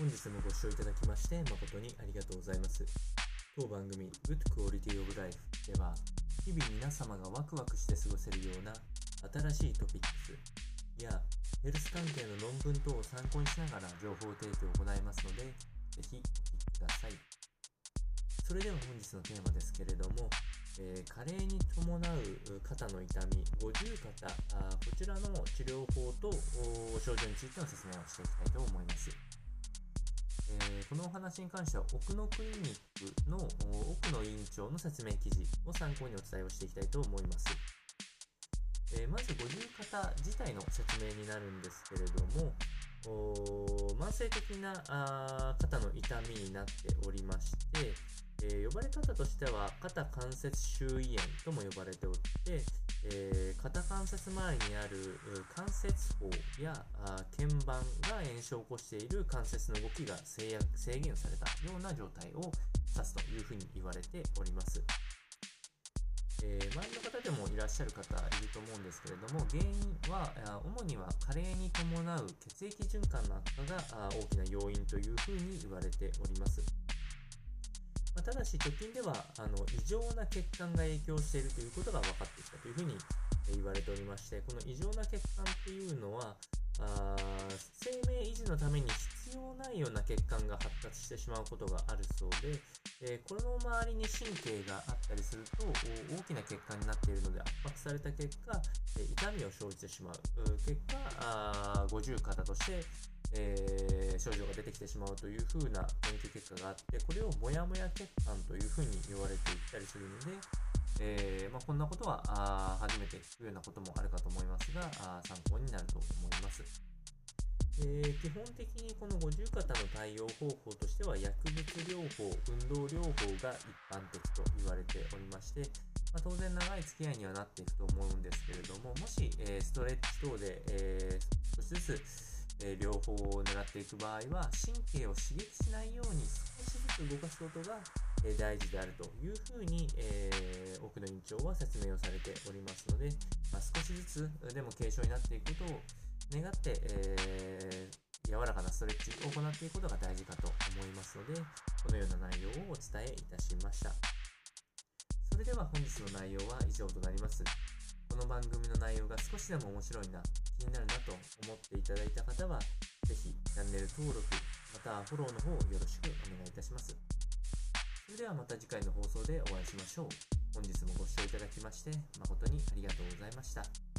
本日もご視聴いただきまして誠にありがとうございます。当番組 Good Quality of Life では、日々皆様がワクワクして過ごせるような新しいトピックスやヘルス関係の論文等を参考にしながら情報提供を行いますので、ぜひお聞きください。それでは本日のテーマですけれども、加齢に伴う肩の痛み、五十肩、こちらの治療法と症状についての説明をしていきたいと思います。このお話に関しては奥野クリニックの奥野院長の説明記事を参考にお伝えをしていきたいと思います。まず五十肩自体の説明になるんですけれども、慢性的な肩の痛みになっておりまして、呼ばれ方としては肩関節周囲炎とも呼ばれておって、肩関節周りにある関節包や腱板が炎症を起こしている関節の動きが制限されたような状態を指すというふうに言われております。周りの方でもいらっしゃる方いると思うんですけれども、原因は主には加齢に伴う血液循環の悪化が大きな要因というふうに言われております。ただし直近では異常な血管が影響しているということが分かってきたというふうに言われておりまして、この異常な血管っていうのは生命維持のために必要ないような血管が発達してしまうことがあるそうで、この周りに神経があったりすると大きな血管になっているので圧迫された結果痛みを生じてしまう結果五十肩として症状が出てきてしまうというふうな研究結果があって、これをモヤモヤ血管というふうに言われていったりするので、こんなことは初めて聞くようなこともあるかと思いますが、参考になると思います。基本的にこの五十肩の対応方法としては薬物療法、運動療法が一般的と言われておりまして、当然長い付き合いにはなっていくと思うんですけれども、もし、ストレッチ等で、少しずつ療法を狙っていく場合は神経を刺激しないように少しずつ動かすことが大事であるというふうに奥野院長は説明をされておりますので、少しずつでも軽症になっていくことを願って、柔らかなストレッチを行っていくことが大事かと思いますので、このような内容をお伝えいたしました。それでは本日の内容は以上となります。この番組の内容が少しでも面白いな、気になるなと思っていただいた方は、ぜひチャンネル登録、またはフォローの方をよろしくお願いいたします。それではまた次回の放送でお会いしましょう。本日もご視聴いただきまして誠にありがとうございました。